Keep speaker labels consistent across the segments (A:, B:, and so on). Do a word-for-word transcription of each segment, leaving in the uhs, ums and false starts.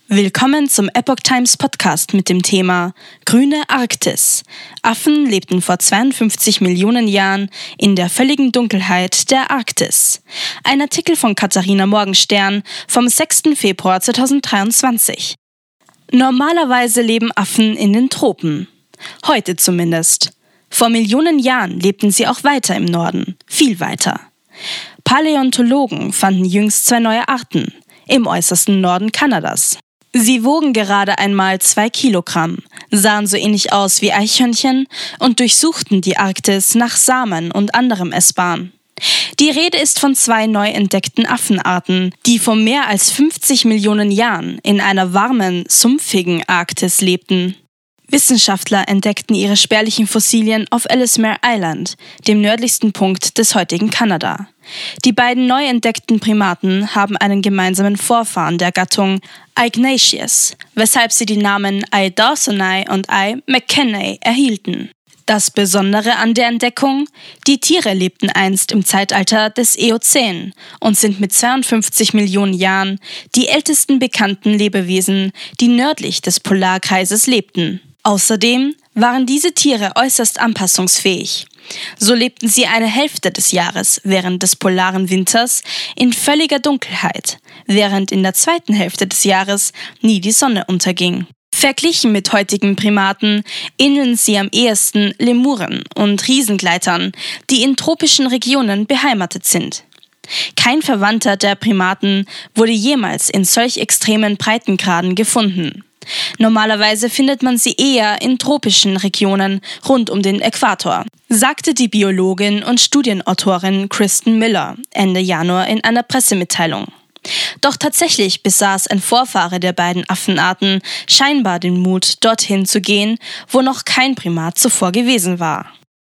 A: Willkommen zum Epoch Times Podcast mit dem Thema Grüne Arktis. Affen lebten vor zweiundfünfzig Millionen Jahren in der völligen Dunkelheit der Arktis. Ein Artikel von Katharina Morgenstern vom sechsten Februar zweitausenddreiundzwanzig. Normalerweise leben Affen in den Tropen. Heute zumindest. Vor Millionen Jahren lebten sie auch weiter im Norden, viel weiter. Paläontologen fanden jüngst zwei neue Arten im äußersten Norden Kanadas. Sie wogen gerade einmal zwei Kilogramm, sahen so ähnlich aus wie Eichhörnchen und durchsuchten die Arktis nach Samen und anderem Essbaren. Die Rede ist von zwei neu entdeckten Affenarten, die vor mehr als fünfzig Millionen Jahren in einer warmen, sumpfigen Arktis lebten. Wissenschaftler entdeckten ihre spärlichen Fossilien auf Ellesmere Island, dem nördlichsten Punkt des heutigen Kanada. Die beiden neu entdeckten Primaten haben einen gemeinsamen Vorfahren der Gattung Ignacius, weshalb sie die Namen I. dawsoni und I. mckennai erhielten. Das Besondere an der Entdeckung: Die Tiere lebten einst im Zeitalter des Eozän und sind mit zweiundfünfzig Millionen Jahren die ältesten bekannten Lebewesen, die nördlich des Polarkreises lebten. Außerdem waren diese Tiere äußerst anpassungsfähig. So lebten sie eine Hälfte des Jahres während des polaren Winters in völliger Dunkelheit, während in der zweiten Hälfte des Jahres nie die Sonne unterging. Verglichen mit heutigen Primaten ähneln sie am ehesten Lemuren und Riesengleitern, die in tropischen Regionen beheimatet sind. Kein Verwandter der Primaten wurde jemals in solch extremen Breitengraden gefunden. Normalerweise findet man sie eher in tropischen Regionen rund um den Äquator, sagte die Biologin und Studienautorin Kristen Miller Ende Januar in einer Pressemitteilung. Doch tatsächlich besaß ein Vorfahre der beiden Affenarten scheinbar den Mut, dorthin zu gehen, wo noch kein Primat zuvor gewesen war.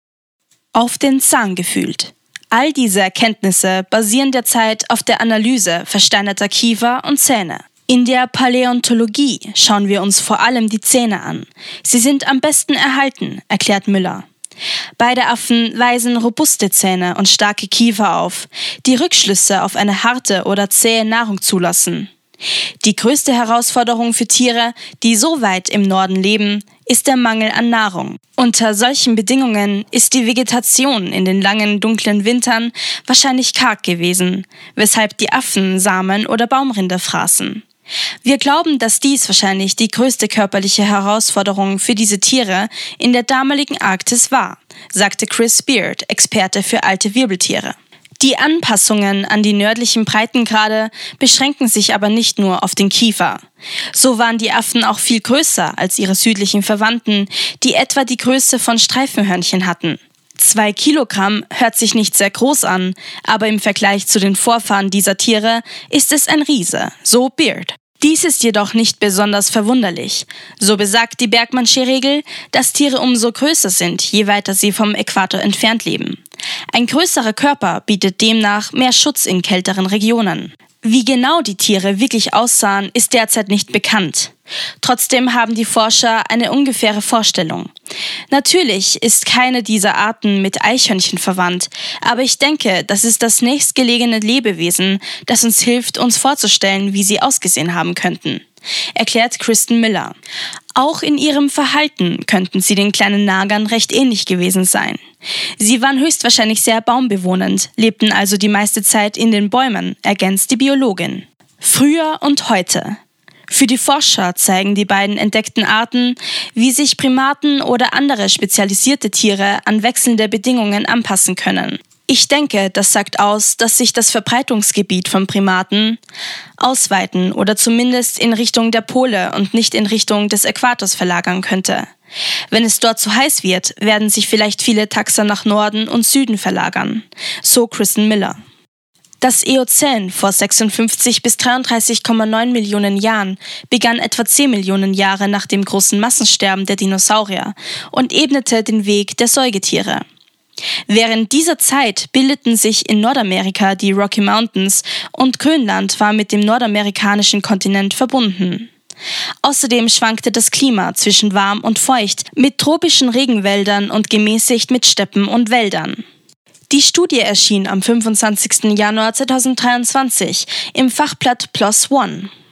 A: Auf den Zahn gefühlt. All diese Erkenntnisse basieren derzeit auf der Analyse versteinerter Kiefer und Zähne. In der Paläontologie schauen wir uns vor allem die Zähne an. Sie sind am besten erhalten, erklärt Müller. Beide Affen weisen robuste Zähne und starke Kiefer auf, die Rückschlüsse auf eine harte oder zähe Nahrung zulassen. Die größte Herausforderung für Tiere, die so weit im Norden leben, ist der Mangel an Nahrung. Unter solchen Bedingungen ist die Vegetation in den langen, dunklen Wintern wahrscheinlich karg gewesen, weshalb die Affen Samen oder Baumrinde fraßen. Wir glauben, dass dies wahrscheinlich die größte körperliche Herausforderung für diese Tiere in der damaligen Arktis war, sagte Chris Beard, Experte für alte Wirbeltiere. Die Anpassungen an die nördlichen Breitengrade beschränken sich aber nicht nur auf den Kiefer. So waren die Affen auch viel größer als ihre südlichen Verwandten, die etwa die Größe von Streifenhörnchen hatten. Zwei Kilogramm hört sich nicht sehr groß an, aber im Vergleich zu den Vorfahren dieser Tiere ist es ein Riese, so Beard. Dies ist jedoch nicht besonders verwunderlich. So besagt die Bergmannsche Regel, dass Tiere umso größer sind, je weiter sie vom Äquator entfernt leben. Ein größerer Körper bietet demnach mehr Schutz in kälteren Regionen. Wie genau die Tiere wirklich aussahen, ist derzeit nicht bekannt. Trotzdem haben die Forscher eine ungefähre Vorstellung. Natürlich ist keine dieser Arten mit Eichhörnchen verwandt, aber ich denke, das ist das nächstgelegene Lebewesen, das uns hilft, uns vorzustellen, wie sie ausgesehen haben könnten, erklärt Kristen Miller. Auch in ihrem Verhalten könnten sie den kleinen Nagern recht ähnlich gewesen sein. Sie waren höchstwahrscheinlich sehr baumbewohnend, lebten also die meiste Zeit in den Bäumen, ergänzt die Biologin. Früher und heute. Für die Forscher zeigen die beiden entdeckten Arten, wie sich Primaten oder andere spezialisierte Tiere an wechselnde Bedingungen anpassen können. Ich denke, das sagt aus, dass sich das Verbreitungsgebiet von Primaten ausweiten oder zumindest in Richtung der Pole und nicht in Richtung des Äquators verlagern könnte. Wenn es dort zu heiß wird, werden sich vielleicht viele Taxa nach Norden und Süden verlagern, so Kristen Miller. Das Eozän vor sechsundfünfzig bis dreiunddreißig Komma neun Millionen Jahren begann etwa zehn Millionen Jahre nach dem großen Massensterben der Dinosaurier und ebnete den Weg der Säugetiere. Während dieser Zeit bildeten sich in Nordamerika die Rocky Mountains und Grönland war mit dem nordamerikanischen Kontinent verbunden. Außerdem schwankte das Klima zwischen warm und feucht mit tropischen Regenwäldern und gemäßigt mit Steppen und Wäldern. Die Studie erschien am fünfundzwanzigsten Januar zweitausenddreiundzwanzig im Fachblatt PLOS ONE.